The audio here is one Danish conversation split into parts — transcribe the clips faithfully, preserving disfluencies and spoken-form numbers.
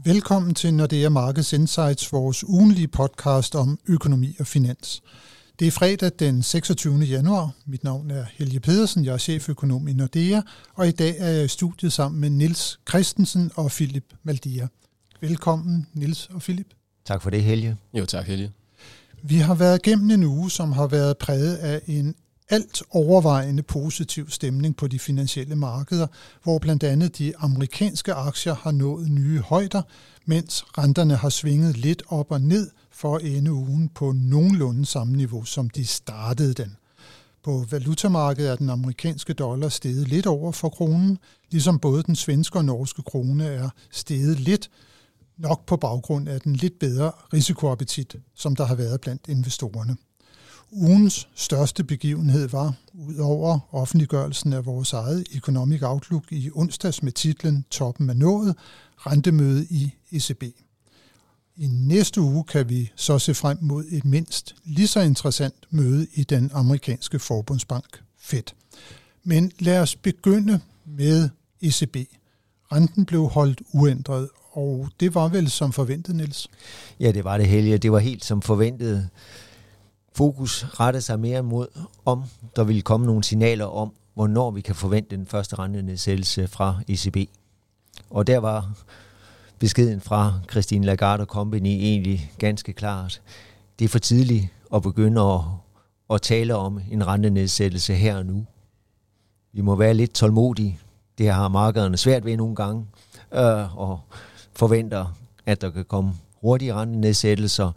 Velkommen til Nordea Markets Insights, vores ugenlige podcast om økonomi og finans. Det er fredag den seksogtyvende januar. Mit navn er Helge Pedersen, jeg er cheføkonom i Nordea, og i dag er jeg i studiet sammen med Niels Christensen og Philip Maldia. Velkommen, Niels og Philip. Tak for det, Helge. Jo, tak, Helge. Vi har været gennem en uge, som har været præget af en alt overvejende positiv stemning på de finansielle markeder, hvor blandt andet de amerikanske aktier har nået nye højder, mens renterne har svinget lidt op og ned for at ende ugen på nogenlunde samme niveau, som de startede den. På valutamarkedet er den amerikanske dollar steget lidt over for kronen, ligesom både den svenske og norske krone er steget lidt, nok på baggrund af den lidt bedre risikoappetit, som der har været blandt investorerne. Ugens største begivenhed var, udover offentliggørelsen af vores eget Economic Outlook i onsdags med titlen Toppen er nået, rentemøde i E C B. I næste uge kan vi så se frem mod et mindst lige så interessant møde i den amerikanske forbundsbank Fed. Men lad os begynde med E C B. Renten blev holdt uændret, og det var vel som forventet, Niels? Ja, det var det, Helge. Det var helt som forventet. Fokus rettede sig mere mod, om der ville komme nogle signaler om, hvornår vi kan forvente den første rentenedsættelse fra E C B. Og der var beskeden fra Christine Lagarde og Company egentlig ganske klart. Det er for tidligt at begynde at, at tale om en rentenedsættelse her og nu. Vi må være lidt tålmodige. Det har markederne svært ved nogle gange, øh, og forventer, at der kan komme hurtige rentenedsættelser.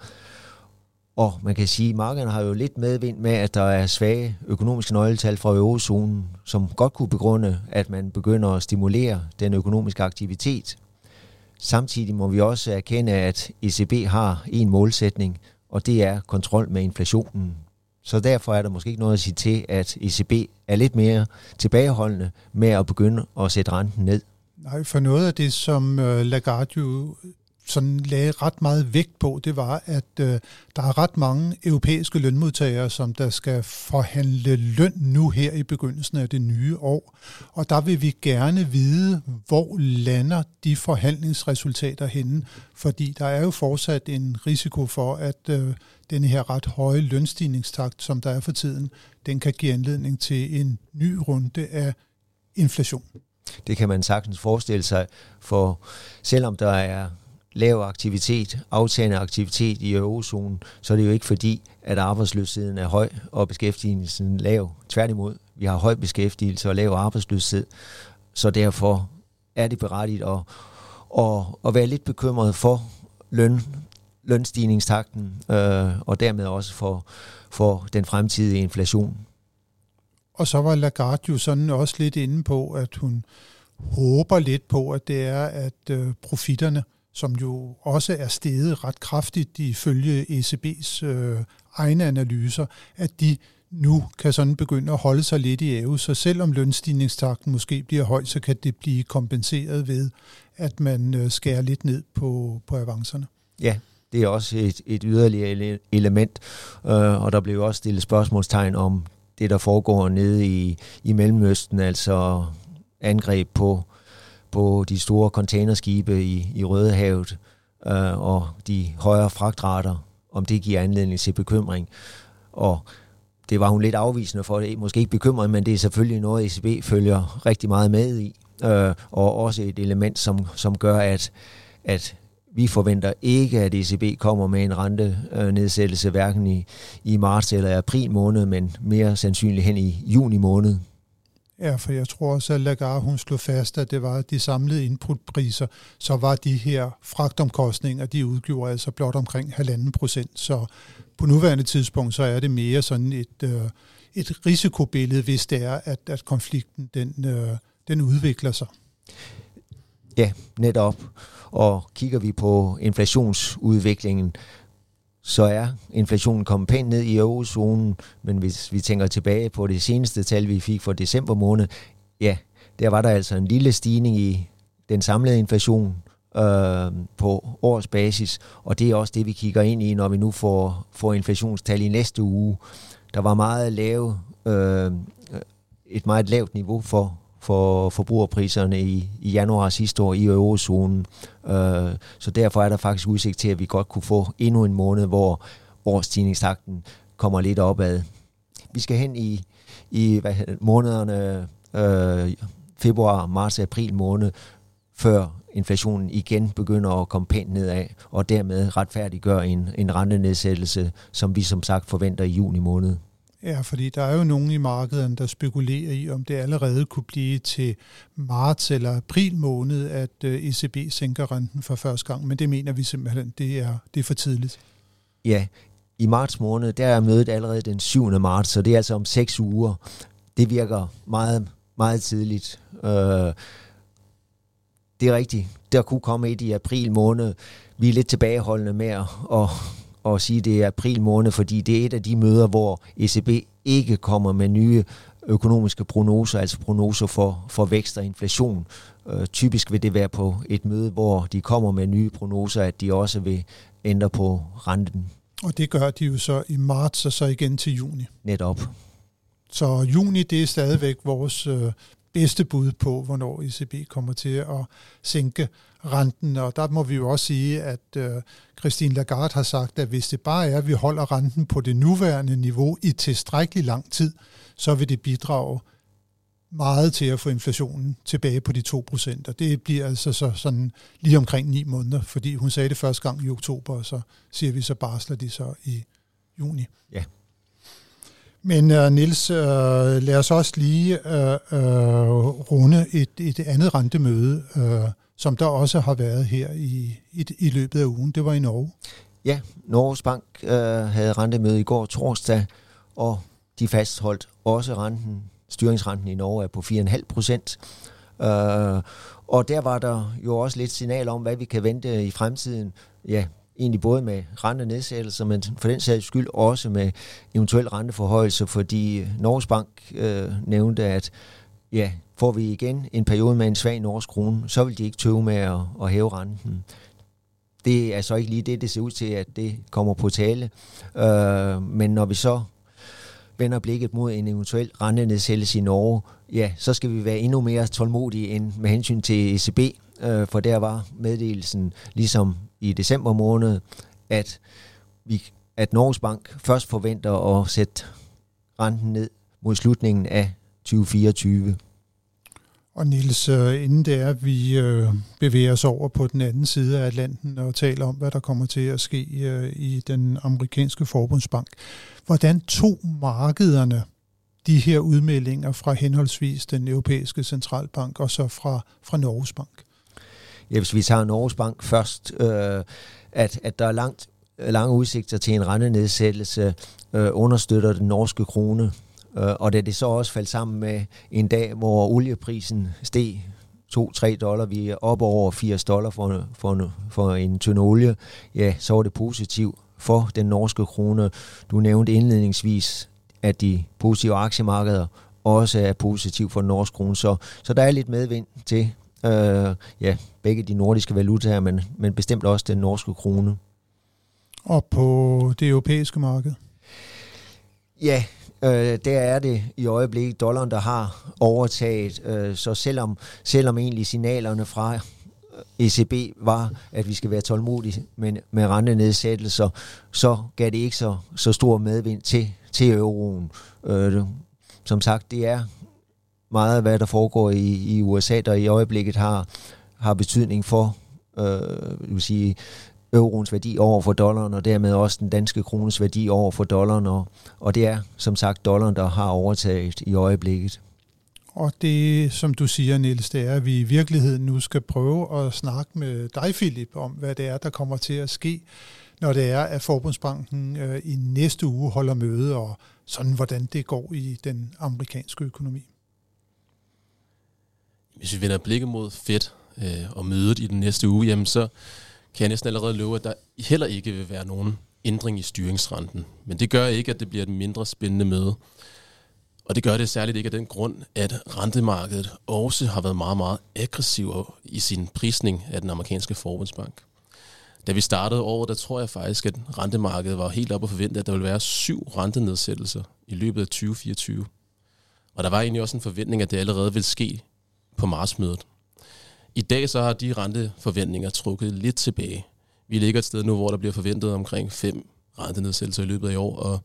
Og man kan sige, at markederne har jo lidt medvind med, at der er svage økonomiske nøgletal fra eurozonen, som godt kunne begrunde, at man begynder at stimulere den økonomiske aktivitet. Samtidig må vi også erkende, at E C B har en målsætning, og det er kontrol med inflationen. Så derfor er der måske ikke noget at sige til, at E C B er lidt mere tilbageholdende med at begynde at sætte renten ned. Nej, for noget af det, som Lagarde jo sådan lagde ret meget vægt på, det var, at øh, der er ret mange europæiske lønmodtagere, som der skal forhandle løn nu her i begyndelsen af det nye år. Og der vil vi gerne vide, hvor lander de forhandlingsresultater henne, fordi der er jo fortsat en risiko for, at øh, denne her ret høje lønstigningstakt, som der er for tiden, den kan give anledning til en ny runde af inflation. Det kan man sagtens forestille sig, for selvom der er lav aktivitet, aftagende aktivitet i eurozonen, så er det jo ikke fordi, at arbejdsløsheden er høj og beskæftigelsen lav. Tværtimod, vi har høj beskæftigelse og lav arbejdsløshed, så derfor er det berettigt at, at, at være lidt bekymret for løn, lønstigningstakten øh, og dermed også for, for den fremtidige inflation. Og så var Lagarde jo sådan også lidt inde på, at hun håber lidt på, at det er, at øh, profitterne, som jo også er steget ret kraftigt ifølge E C B's øh, egne analyser, at de nu kan sådan begynde at holde sig lidt i ave. Så selvom lønstigningstakten måske bliver høj, så kan det blive kompenseret ved, at man øh, skærer lidt ned på, på avancerne. Ja, det er også et, et yderligere element, øh, og der blev også stillet spørgsmålstegn om det, der foregår nede i, i Mellemøsten, altså angreb på på de store containerskibe i, i Rødehavet øh, og de højere fragtrater, om det giver anledning til bekymring. Og det var hun lidt afvisende for, det måske ikke bekymret, men det er selvfølgelig noget, E C B følger rigtig meget med i, øh, og også et element, som, som gør, at, at vi forventer ikke, at E C B kommer med en rentenedsættelse hverken i, i marts eller april måned, men mere sandsynligt hen i juni måned. Ja, for jeg tror også, at Lagarde hun slog fast, at det var de samlede inputpriser, så var de her fragtomkostninger, de udgjorde altså blot omkring halvanden procent. Så på nuværende tidspunkt, så er det mere sådan et, øh, et risikobillede, hvis det er, at, at konflikten den, øh, den udvikler sig. Ja, netop. Og kigger vi på inflationsudviklingen, så er inflationen kommet pænt ned i eurozonen, men hvis vi tænker tilbage på det seneste tal, vi fik for december måned, ja, der var der altså en lille stigning i den samlede inflation øh, på årsbasis, og det er også det, vi kigger ind i, når vi nu får, får inflationstal i næste uge. Der var meget lave, øh, et meget lavt niveau for, for forbrugerpriserne i, i januar sidste år i eurozonen. Øh, så derfor er der faktisk udsigt til, at vi godt kunne få endnu en måned, hvor årsstigningstakten kommer lidt opad. Vi skal hen i, i hvad, månederne øh, februar, marts, april måned, før inflationen igen begynder at komme pænt nedad, og dermed retfærdiggør en, en rentenedsættelse, som vi som sagt forventer i juni måned. Ja, fordi der er jo nogen i markedet, der spekulerer i, om det allerede kunne blive til marts eller april måned, at E C B sænker renten for første gang, men det mener vi simpelthen, det er, det er for tidligt. Ja, i marts måned, der er mødet allerede den syvende marts, så det er altså om seks uger. Det virker meget, meget tidligt. Øh, det er rigtigt. Der kunne komme et i april måned. Vi er lidt tilbageholdende med at, at, at sige, at det er april måned, fordi det er et af de møder, hvor E C B ikke kommer med nye økonomiske prognoser, altså prognoser for, for vækst og inflation. Øh, typisk vil det være på et møde, hvor de kommer med nye prognoser, at de også vil ændre på renten. Og det gør de jo så i marts og så igen til juni. Netop. Så juni, det er stadigvæk vores øh, bedste bud på, hvornår E C B kommer til at sænke renten. Og der må vi jo også sige, at øh, Christine Lagarde har sagt, at hvis det bare er, at vi holder renten på det nuværende niveau i tilstrækkelig lang tid, så vil det bidrage meget til at få inflationen tilbage på de to procent. Og det bliver altså så sådan lige omkring ni måneder, fordi hun sagde det første gang i oktober, og så siger vi, så barsler de så i juni. Ja. Men uh, Niels, uh, lad os også lige uh, uh, runde et, et andet rentemøde, uh, som der også har været her i, i, i løbet af ugen. Det var i Norge. Ja, Norges Bank uh, havde rentemøde i går torsdag, og de fastholdt også renten. Styringsrenten i Norge er på fire komma fem procent. Uh, og der var der jo også lidt signal om, hvad vi kan vente i fremtiden. Ja, egentlig både med rentenedsættelser, men for den sags skyld også med eventuel renteforhøjelse, fordi Norges Bank øh, nævnte, at ja, får vi igen en periode med en svag norsk krone, så vil de ikke tøve med at, at hæve renten. Det er så ikke lige det, det ser ud til, at det kommer på tale. Øh, men når vi så vender blikket mod en eventuel rentenedsættelse i Norge, ja, så skal vi være endnu mere tålmodige end med hensyn til E C B, øh, for der var meddelelsen ligesom i december måned, at, vi, at Norges Bank først forventer at sætte renten ned mod slutningen af tyve fireogtyve. Og Niels, inden det er, at vi bevæger os over på den anden side af Atlanten og taler om, hvad der kommer til at ske i den amerikanske forbundsbank. Hvordan tog markederne de her udmeldinger fra henholdsvis den europæiske centralbank og så fra, fra Norges Bank? Ja, hvis vi tager Norges Bank først, øh, at, at der er langt, lange udsigter til en rentenedsættelse, øh, understøtter den norske krone. Øh, og da det så også faldt sammen med en dag, hvor olieprisen steg to til tre dollar, vi er op over firs dollar for, for, for en tynd olie, ja, så var det positivt for den norske krone. Du nævnte indledningsvis, at de positive aktiemarkeder også er positive for den norske krone, så, så der er lidt medvind til øh, ja, begge de nordiske valutaer, men, men bestemt også den norske krone. Og på det europæiske marked? Ja, øh, der er det i øjeblikket dollaren, der har overtaget, øh, så selvom, selvom egentlig signalerne fra E C B var, at vi skal være tålmodige med, med rentenedsættelser, så gav det ikke så, så stor medvind til, til euroen. Øh, som sagt, det er meget, hvad der foregår i, i U S A, der i øjeblikket har, har betydning for øh, vil sige, euroens værdi over for dollaren, og dermed også den danske krones værdi over for dollaren, og, og det er som sagt dollaren, der har overtaget i øjeblikket. Og det, som du siger, Niels, det er, at vi i virkeligheden nu skal prøve at snakke med dig, Philip, om hvad det er, der kommer til at ske, når det er, at Forbundsbanken øh, i næste uge holder møde, og sådan, hvordan det går i den amerikanske økonomi. Hvis vi vender blikket mod Fed øh, og mødet i den næste uge, jamen så kan jeg næsten allerede love, at der heller ikke vil være nogen ændring i styringsrenten. Men det gør ikke, at det bliver et mindre spændende møde. Og det gør det særligt ikke af den grund, at rentemarkedet også har været meget, meget aggressiv i sin prisning af den amerikanske forbundsbank. Da vi startede året, der tror jeg faktisk, at rentemarkedet var helt oppe at forvente, at der ville være syv rentenedsættelser i løbet af tyve fireogtyve. Og der var egentlig også en forventning, at det allerede ville ske på martsmødet. I dag så har de renteforventninger trukket lidt tilbage. Vi ligger et sted nu, hvor der bliver forventet omkring fem rentenedsættelser i løbet af i år, og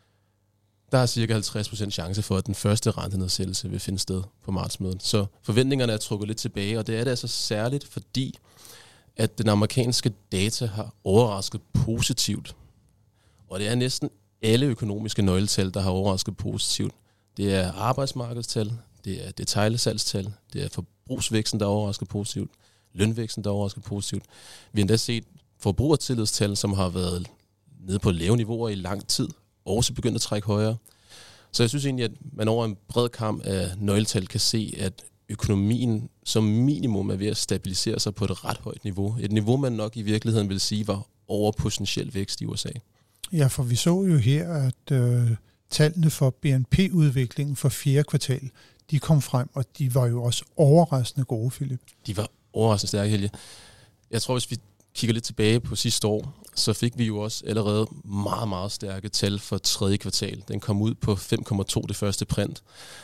der er cirka halvtreds procent chance for, at den første rentenedsættelse vil finde sted på martsmødet. Så forventningerne er trukket lidt tilbage, og det er det altså særligt, fordi at den amerikanske data har overrasket positivt. Og det er næsten alle økonomiske nøgletal, der har overrasket positivt. Det er arbejdsmarkedstal, det er detailsalgstal, det er forbrugsvæksten, der er overrasket positivt, lønvæksten, der er overrasket positivt. Vi har endda set forbrugertillidstal, som har været nede på lave niveauer i lang tid, også begyndt at trække højere. Så jeg synes egentlig, at man over en bred kamp af nøgletal kan se, at økonomien som minimum er ved at stabilisere sig på et ret højt niveau. Et niveau, man nok i virkeligheden vil sige var over potentiel vækst i U S A. Ja, for vi så jo her, at øh, tallene for B N P-udviklingen for fjerde kvartal, de kom frem, og de var jo også overraskende gode, Philip. De var overraskende stærke, Helge. Jeg tror, hvis vi kigger lidt tilbage på sidste år, så fik vi jo også allerede meget, meget stærke tal for tredje kvartal. Den kom ud på fem komma to det første print.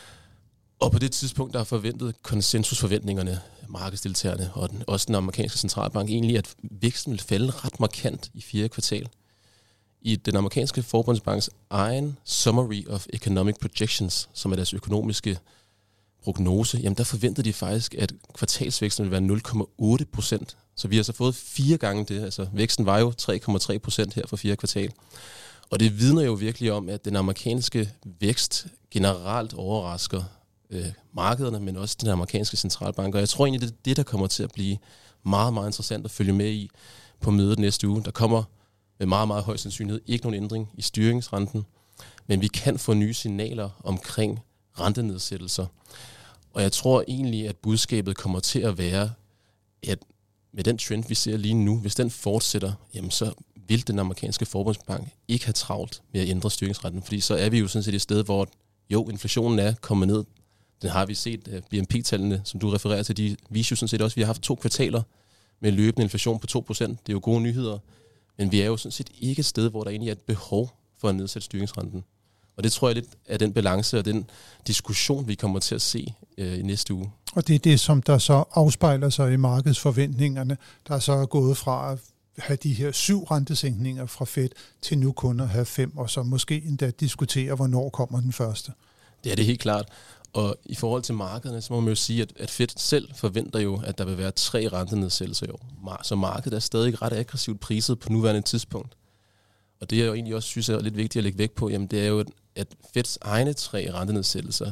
Og på det tidspunkt, der har forventet konsensusforventningerne, markedsdeltagerne og den, også den amerikanske centralbank, egentlig, at væksten vil falde ret markant i fjerde kvartal. I den amerikanske forbundsbanks egen Summary of Economic Projections, som er deres økonomiske prognose, jamen der forventede de faktisk, at kvartalsvæksten vil være nul komma otte procent. Så vi har så fået fire gange det. Altså væksten var jo tre komma tre procent her for fjerde kvartal. Og det vidner jo virkelig om, at den amerikanske vækst generelt overrasker øh, markederne, men også den amerikanske centralbank. Og jeg tror egentlig, det er det, der kommer til at blive meget, meget interessant at følge med i på mødet næste uge. Der kommer med meget, meget høj sandsynlighed ikke nogen ændring i styringsrenten, men vi kan få nye signaler omkring rentenedsættelser. Og jeg tror egentlig, at budskabet kommer til at være, at med den trend, vi ser lige nu, hvis den fortsætter, jamen så vil den amerikanske forbundsbank ikke have travlt med at ændre styringsrenten, fordi så er vi jo sådan set et sted, hvor jo, inflationen er kommet ned. Den har vi set, B N P-tallene, som du refererer til, de viser jo sådan set også, at vi har haft to kvartaler med løbende inflation på to procent. Det er jo gode nyheder, men vi er jo sådan set ikke et sted, hvor der egentlig er et behov for at nedsætte styringsrenten. Og det tror jeg lidt er den balance og den diskussion, vi kommer til at se øh, i næste uge. Og det er det, som der så afspejler sig i markedsforventningerne, der er så gået fra at have de her syv rentesænkninger fra Fed til nu kun at have fem, og så måske endda diskutere, hvornår kommer den første. Det er det helt klart. Og i forhold til markederne, så må man jo sige, at, at Fed selv forventer jo, at der vil være tre rentenedsættelser i år. Så markedet er stadig ret aggressivt priset på nuværende tidspunkt. Og det jeg jo egentlig også synes er lidt vigtigt at lægge vægt på, jamen det er jo, at Feds egne tre rentenedsættelser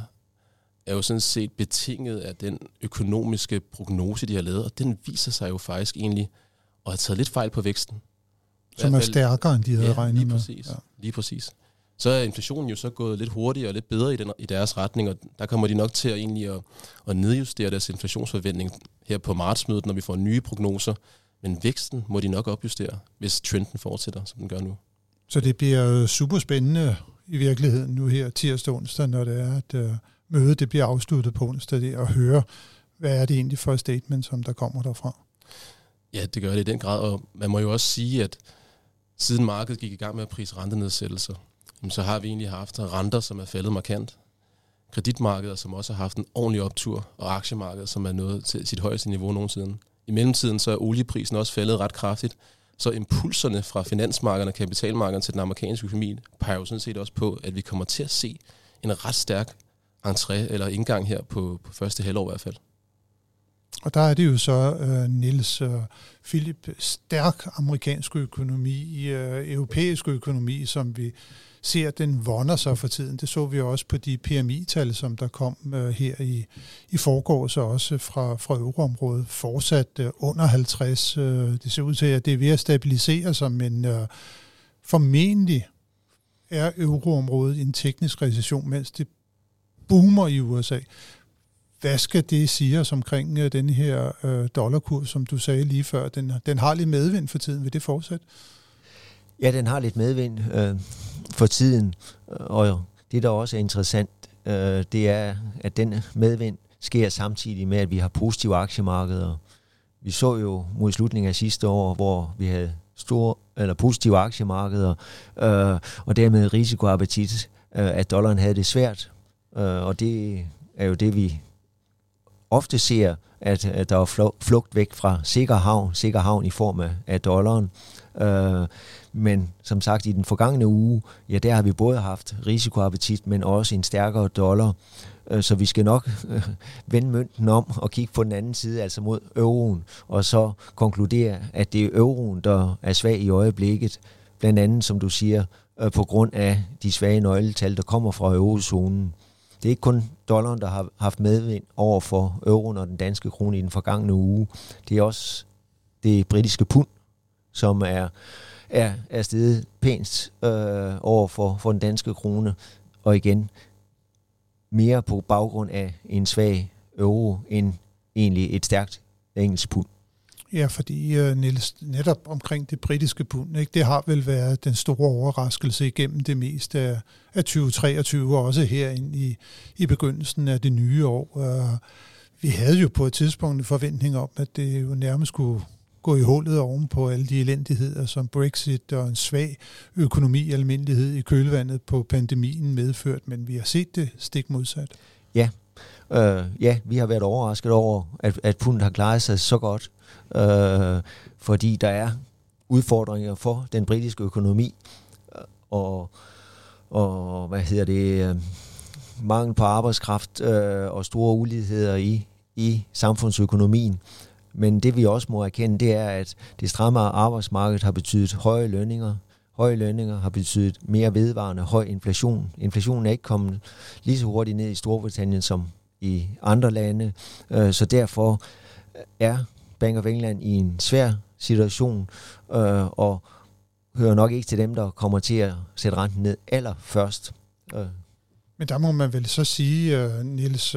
er jo sådan set betinget af den økonomiske prognose, de har lavet, og den viser sig jo faktisk egentlig at have taget lidt fejl på væksten. Som er stærkere, end de havde ja, regnet lige med. Præcis, ja, lige præcis. Så er inflationen jo så gået lidt hurtigere og lidt bedre i, den, i deres retning, og der kommer de nok til at egentlig at, at nedjustere deres inflationsforventning her på martsmødet, når vi får nye prognoser. Men væksten må de nok opjustere, hvis trenden fortsætter, som den gør nu. Så det bliver super spændende i virkeligheden nu her tirsdag onsdag, når det er, at uh, mødet det bliver afsluttet på onsdag, det, og høre, hvad er det egentlig for et statement, som der kommer derfra? Ja, det gør det i den grad, og man må jo også sige, at siden markedet gik i gang med at prise rentenedsættelser, så har vi egentlig haft renter, som er faldet markant. Kreditmarkeder, som også har haft en ordentlig optur, og aktiemarkedet, som er nået til sit højeste niveau nogensinde. I mellemtiden så er olieprisen også faldet ret kraftigt, så impulserne fra finansmarkederne og kapitalmarkederne til den amerikanske økonomi peger jo sådan set også på, at vi kommer til at se en ret stærk entré eller indgang her på, på første halvår i hvert fald. Og der er det jo så, uh, Niels, uh, Philip, stærk amerikansk økonomi, uh, europæisk økonomi, som vi ser, den vonder sig for tiden. Det så vi også på de P M I-tal, som der kom uh, her i, i forgårs, og også fra, fra euroområdet, fortsat uh, under halvtreds. Uh, det ser ud til, at det er ved at stabilisere sig, men uh, formentlig er euroområdet i en teknisk recession, mens det boomer i U S A. Hvad skal det sige os omkring uh, den her uh, dollarkurs, som du sagde lige før? Den, den har lidt medvind for tiden. Vil det fortsætte? Ja, den har lidt medvind øh, for tiden, og det, der også er interessant, øh, det er, at den medvind sker samtidig med, at vi har positive aktiemarkeder. Vi så jo mod slutningen af sidste år, hvor vi havde store eller positive aktiemarkeder, øh, og dermed risikoappetit, øh, at dollaren havde det svært, øh, og det er jo det, vi ofte ser, at, at der er flugt væk fra sikker havn, sikker havn i form af, af dollaren. Øh, men som sagt, i den forgangne uge, ja, der har vi både haft risikoappetit, men også en stærkere dollar. Øh, så vi skal nok øh, vende mønten om og kigge på den anden side, altså mod euroen, og så konkludere, at det er euroen, der er svag i øjeblikket. Blandt andet, som du siger, øh, på grund af de svage nøgletal, der kommer fra eurozonen. Det er ikke kun dollaren, der har haft medvind over for euroen og den danske krone i den forgangne uge. Det er også det britiske pund, som er, er, er steget pænt øh, over for, for den danske krone. Og igen, mere på baggrund af en svag euro end egentlig et stærkt engelsk pund. Ja, fordi uh, Niels, netop omkring det britiske pund, ikke, det har vel været den store overraskelse igennem det meste af, af tyve treogtyve, og også herinde i, i begyndelsen af det nye år. Uh, vi havde jo på et tidspunkt en forventning om, at det jo nærmest skulle gå i hullet oven på alle de elendigheder, som Brexit og en svag økonomi almindelighed i kølvandet på pandemien medført, men vi har set det stik modsat. Ja, øh, ja vi har været overrasket over, at, at pundet har klaret sig så godt, øh, fordi der er udfordringer for den britiske økonomi, og, og hvad hedder det, øh, mangel på arbejdskraft øh, og store uligheder i, i samfundsøkonomien. Men det vi også må erkende, det er, at det stramme arbejdsmarked har betydet høje lønninger. Høje lønninger har betydet mere vedvarende høj inflation. Inflationen er ikke kommet lige så hurtigt ned i Storbritannien som i andre lande. Så derfor er Bank of England i en svær situation, og hører nok ikke til dem, der kommer til at sætte renten ned allerførst. Men der må man vel så sige, Niels,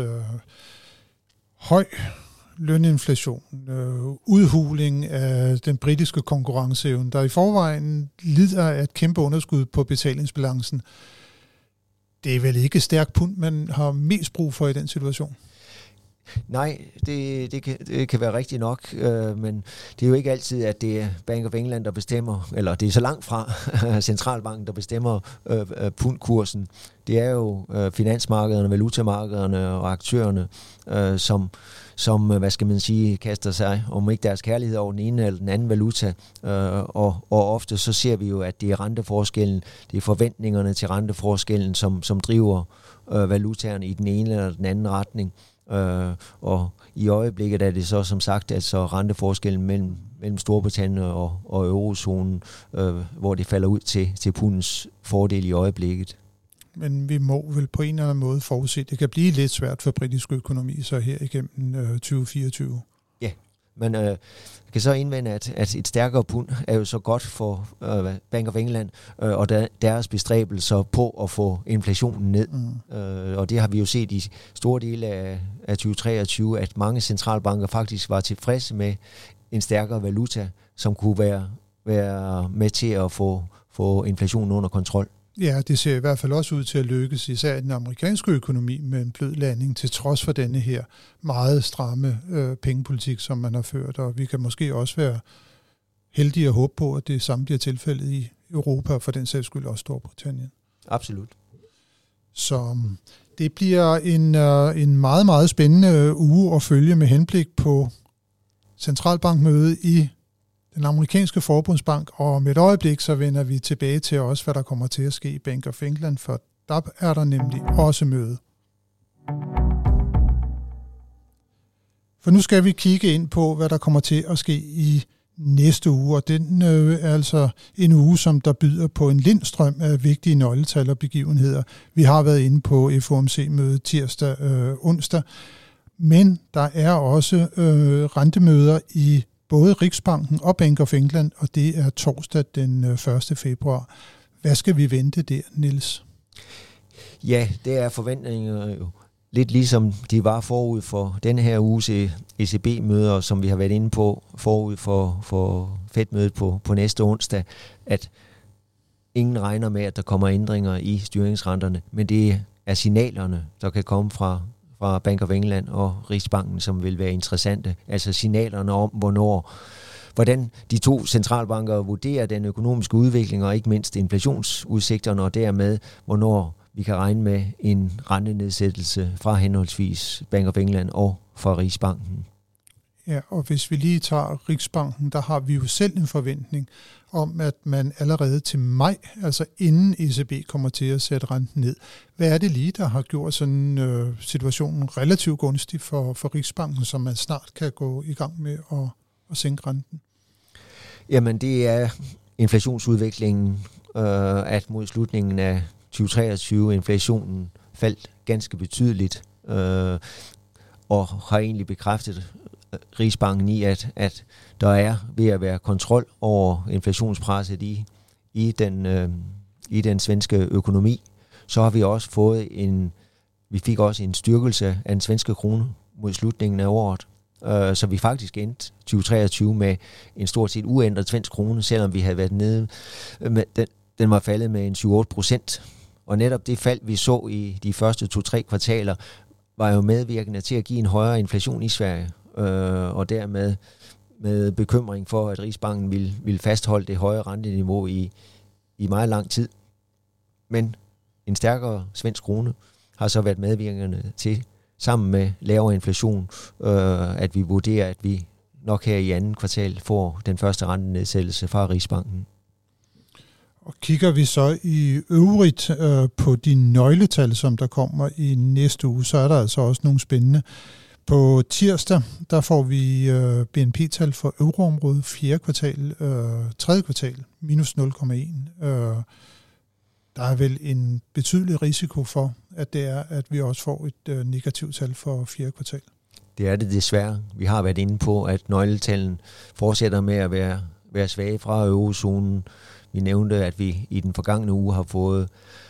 høj løninflation, øh, udhuling af den britiske konkurrenceevne, der i forvejen lider af et kæmpe underskud på betalingsbalancen. Det er vel ikke stærk pund, man har mest brug for i den situation? Nej, det, det, kan, det kan være rigtigt nok, øh, men det er jo ikke altid, at det er Bank of England, der bestemmer, eller det er så langt fra centralbanken, der bestemmer øh, pundkursen. Det er jo øh, finansmarkederne, valutamarkederne og aktørerne, øh, som, som, hvad skal man sige, kaster sig, om ikke deres kærlighed over den ene eller den anden valuta. Øh, og, og ofte så ser vi jo, at det er renteforskellen, det er forventningerne til renteforskellen, som, som driver øh, valutaerne i den ene eller den anden retning. Uh, og i øjeblikket er det så som sagt altså renteforskellen mellem, mellem Storbritannien og, og eurozonen, uh, hvor det falder ud til, til pundens fordel i øjeblikket. Men vi må vel på en eller anden måde forudse, det kan blive lidt svært for britisk økonomi så her igennem uh, tyve fireogtyve. Ja, men uh, kan så indvende, at, at et stærkere pund er jo så godt for uh, Bank of England uh, og der, deres bestræbelser på at få inflationen ned. Mm. Uh, og det har vi jo set i store dele af, af tyve treogtyve, at mange centralbanker faktisk var tilfredse med en stærkere valuta, som kunne være, være med til at få, få inflationen under kontrol. Ja, det ser i hvert fald også ud til at lykkes, især i den amerikanske økonomi med en blød landing, til trods for denne her meget stramme øh, pengepolitik, som man har ført. Og vi kan måske også være heldige at håbe på, at det samme bliver tilfældet i Europa, og for den sags skyld også Storbritannien. Absolut. Så det bliver en, øh, en meget, meget spændende uge at følge med henblik på centralbankmødet i den amerikanske forbundsbank, og med et øjeblik så vender vi tilbage til også, hvad der kommer til at ske i Bank of England, for der er der nemlig også møde. For nu skal vi kigge ind på, hvad der kommer til at ske i næste uge, og den øh, er altså en uge, som der byder på en lindstrøm af vigtige nøgletal og begivenheder. Vi har været inde på F O M C-mødet tirsdag øh, onsdag, men der er også øh, rentemøder i både Riksbanken og Bank of England, og det er torsdag den første februar. Hvad skal vi vente der, Niels? Ja, det er forventninger jo lidt ligesom de var forud for denne her uges E C B-møder, som vi har været inde på forud for, for Fed-mødet på, på næste onsdag, at ingen regner med, at der kommer ændringer i styringsrenterne, men det er signalerne, der kan komme fra fra Bank of England og Riksbanken, som vil være interessante. Altså signalerne om, hvornår, hvordan de to centralbanker vurderer den økonomiske udvikling, og ikke mindst inflationsudsigterne, og dermed, hvornår vi kan regne med en rentenedsættelse fra henholdsvis Bank of England og fra Rigsbanken. Ja, og hvis vi lige tager Rigsbanken, der har vi jo selv en forventning om, at man allerede til maj, altså inden E C B kommer til at sætte renten ned. Hvad er det lige, der har gjort sådan øh, situationen relativt gunstig for, for Rigsbanken, så man snart kan gå i gang med at, at sænke renten? Jamen det er inflationsudviklingen, øh, at mod slutningen af tyve treogtyve inflationen faldt ganske betydeligt, øh, og har egentlig bekræftet Rigsbanken i, at, at der er ved at være kontrol over inflationspresset i, i, den, øh, i den svenske økonomi. Så har vi også fået en, vi fik også en styrkelse af den svenske krone mod slutningen af året, øh, så vi faktisk endte tyve treogtyve med en stort set uændret svensk krone, selvom vi havde været nede, med, den, den var faldet med en syv otte procent. Og netop det fald, vi så i de første to-tre kvartaler, var jo medvirkende til at give en højere inflation i Sverige, øh, og dermed med bekymring for, at Rigsbanken ville, ville fastholde det høje renteniveau i, i meget lang tid. Men en stærkere svensk krone har så været medvirkende til, sammen med lavere inflation, øh, at vi vurderer, at vi nok her i anden kvartal får den første rentenedsættelse fra Rigsbanken. Og kigger vi så i øvrigt øh, på de nøgletal, som der kommer i næste uge, så er der altså også nogle spændende. På tirsdag, der får vi øh, B N P-tal for euroområdet, fjerde kvartal, øh, tredje kvartal, minus nul komma en. Øh, der er vel en betydelig risiko for, at det er, at vi også får et øh, negativt tal for fjerde kvartal. Det er det desværre. Vi har været inde på, at nøgletallene fortsætter med at være, være svage fra eurozonen. Vi nævnte, at vi i den forgangne uge har fået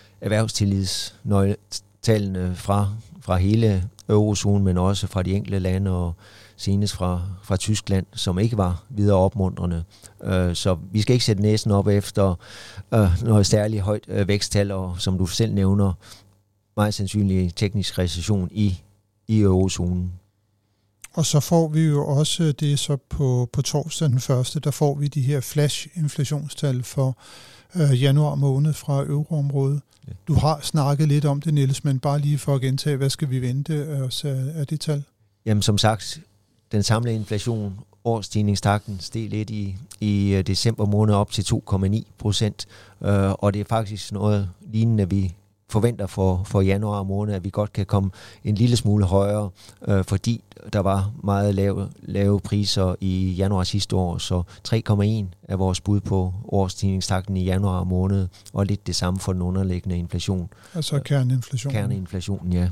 erhvervstillidsnøgletallene fra, fra hele eurozonen, men også fra de enkelte lande og senest fra, fra Tyskland, som ikke var videre opmuntrende. Uh, så vi skal ikke sætte næsen op efter uh, noget særligt højt uh, væksttal, og som du selv nævner, meget sandsynlig teknisk recession i, i eurozonen. Og så får vi jo også det så på, på torsdag den første, der får vi de her flash-inflationstal for øh, januar måned fra euroområdet. Ja. Du har snakket lidt om det, Niels, men bare lige for at gentage, hvad skal vi vente os af, af det tal? Jamen som sagt, den samlede inflation, årsstigningstakten, steg lidt i, i december måned op til to komma ni procent, øh, og det er faktisk noget lignende, vi forventer for, for januar måned, at vi godt kan komme en lille smule højere, øh, fordi der var meget lave, lave priser i januar sidste år, så tre komma en er vores bud på årsstigningstakten i januar måned, og lidt det samme for den underliggende inflation. Altså kerneinflationen. Kerneinflationen, ja.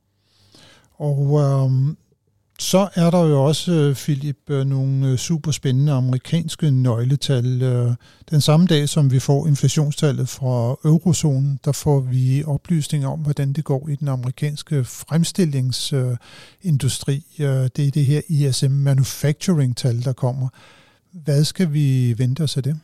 Og øhm, så er der jo også, Philip, nogle super spændende amerikanske nøgletal. Den samme dag, som vi får inflationstallet fra eurozonen, der får vi oplysninger om, hvordan det går i den amerikanske fremstillingsindustri. Det er det her I S M Manufacturing-tal, der kommer. Hvad skal vi vente os af det?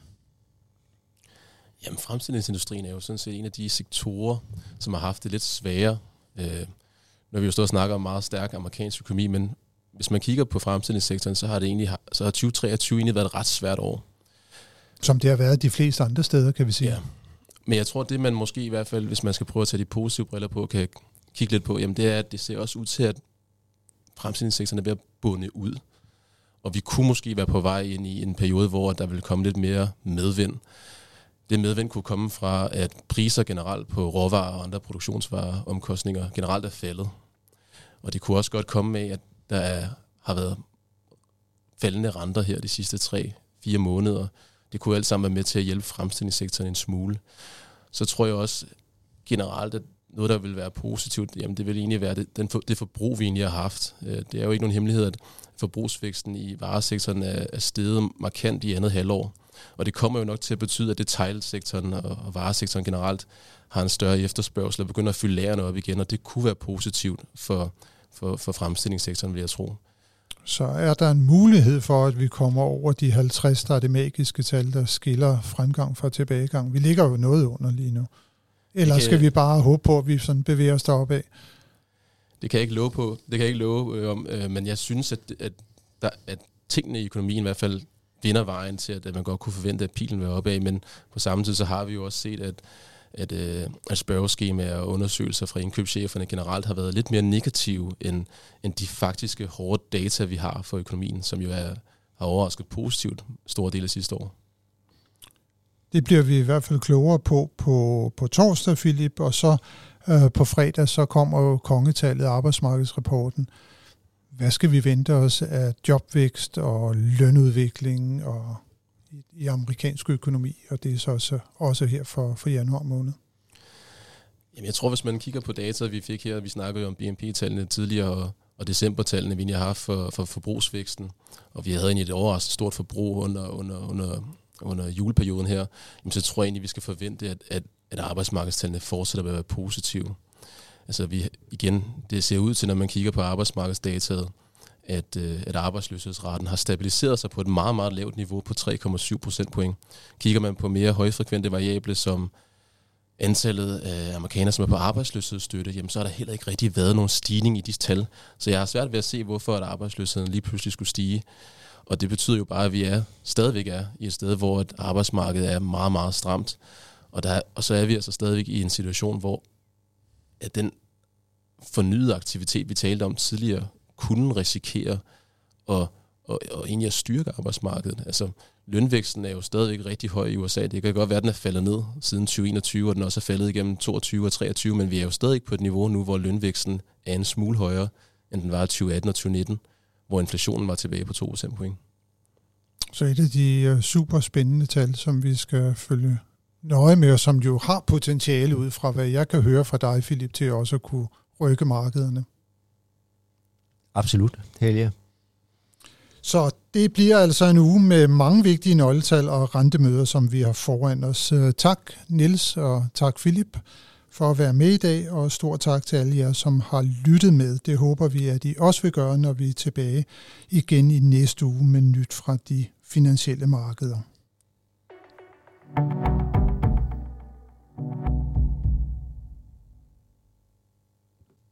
Jamen, fremstillingsindustrien er jo sådan set en af de sektorer, som har haft det lidt sværere. Øh, når vi jo står og snakker om meget stærk amerikansk økonomi, men hvis man kigger på fremstillingssektoren, så har det egentlig så har tyve treogtyve egentlig været et ret svært år. Som det har været de fleste andre steder, kan vi sige. Ja. Men jeg tror, det man måske i hvert fald, hvis man skal prøve at tage de positive briller på, kan kigge lidt på, jamen det er, at det ser også ud til, at fremstillingssektoren er ved at bunde ud. Og vi kunne måske være på vej ind i en periode, hvor der vil komme lidt mere medvind. Det medvind kunne komme fra, at priser generelt på råvarer og andre produktionsvarer omkostninger generelt er faldet. Og det kunne også godt komme med, at der er, har været faldende renter her de sidste tre fire måneder. Det kunne alt sammen være med til at hjælpe fremstillingssektoren en smule. Så tror jeg også generelt, at noget, der vil være positivt, jamen det vil egentlig være det, den for, det forbrug, vi egentlig har haft. Det er jo ikke nogen hemmelighed, at forbrugsvæksten i varesektoren er, er steget markant i andet halvår. Og det kommer jo nok til at betyde, at detailsektoren og, og varesektoren generelt har en større efterspørgsel og begynder at fylde lagerne op igen, og det kunne være positivt for, for, for fremstillingssektoren, vil jeg tro. Så er der en mulighed for, at vi kommer over de halvtreds, der er det magiske tal, der skiller fremgang fra tilbagegang. Vi ligger jo noget under lige nu. Eller skal vi bare håbe på, at vi sådan bevæger os deroppe af? Det kan jeg ikke love på. Det kan jeg ikke love øh, om, øh, men jeg synes, at, at, der, at tingene i økonomien i hvert fald vinder vejen til, at man godt kunne forvente, at pilen vil opad, men på samme tid så har vi jo også set, at, at, øh, at spørgeskemaer og undersøgelser fra indkøbscheferne generelt har været lidt mere negative end, end de faktiske hårde data, vi har for økonomien, som jo er, har overrasket positivt store dele af sidste år. Det bliver vi i hvert fald klogere på på, på torsdag, Philip, og så øh, på fredag, så kommer jo kongetallet, arbejdsmarkedsrapporten. Hvad skal vi vente os af jobvækst og lønudvikling og i, i amerikansk økonomi, og det er så også, også her for, for januar måned? Jamen, jeg tror, hvis man kigger på data, vi fik her, vi snakkede jo om B N P-tallene tidligere, og, og decembertallene, vi egentlig har haft for, for forbrugsvæksten, og vi havde egentlig et overraskende stort forbrug under, under, under, under juleperioden her, jamen, så tror jeg egentlig, vi skal forvente, at, at, at arbejdsmarkedstallene fortsætter med at være positive. Altså vi, igen, det ser ud til, når man kigger på arbejdsmarkedsdataet, at, øh, at arbejdsløshedsraten har stabiliseret sig på et meget, meget lavt niveau på tre komma syv procentpoint. Kigger man på mere højfrekvente variable som antallet af amerikanere, som er på arbejdsløshedsstøtte, jamen så har der heller ikke rigtig været nogen stigning i de tal. Så jeg har svært ved at se, hvorfor at arbejdsløsheden lige pludselig skulle stige. Og det betyder jo bare, at vi er stadigvæk er i et sted, hvor et arbejdsmarked er meget, meget stramt. Og, der, og så er vi altså stadigvæk i en situation, hvor at den fornyede aktivitet, vi talte om tidligere, kunne risikere at, at, at egentlig at styrke arbejdsmarkedet. Altså, lønvæksten er jo stadigvæk rigtig høj i U S A. Det kan godt være, at den er faldet ned siden tyve enogtyve, og den også er faldet igennem toogtyve og treogtyve, men vi er jo stadig på et niveau nu, hvor lønvæksten er en smule højere, end den var i tyve atten og tyve nitten, hvor inflationen var tilbage på to procentpoint. Så et af de super spændende tal, som vi skal følge nøje med, og som jo har potentiale ud fra, hvad jeg kan høre fra dig, Philip, til også at kunne rykke markederne. Absolut, Helge. Så det bliver altså en uge med mange vigtige nøgletal og rentemøder, som vi har foran os. Tak, Niels, og tak, Philip, for at være med i dag, og stor tak til alle jer, som har lyttet med. Det håber vi, at I også vil gøre, når vi er tilbage igen i næste uge med nyt fra de finansielle markeder.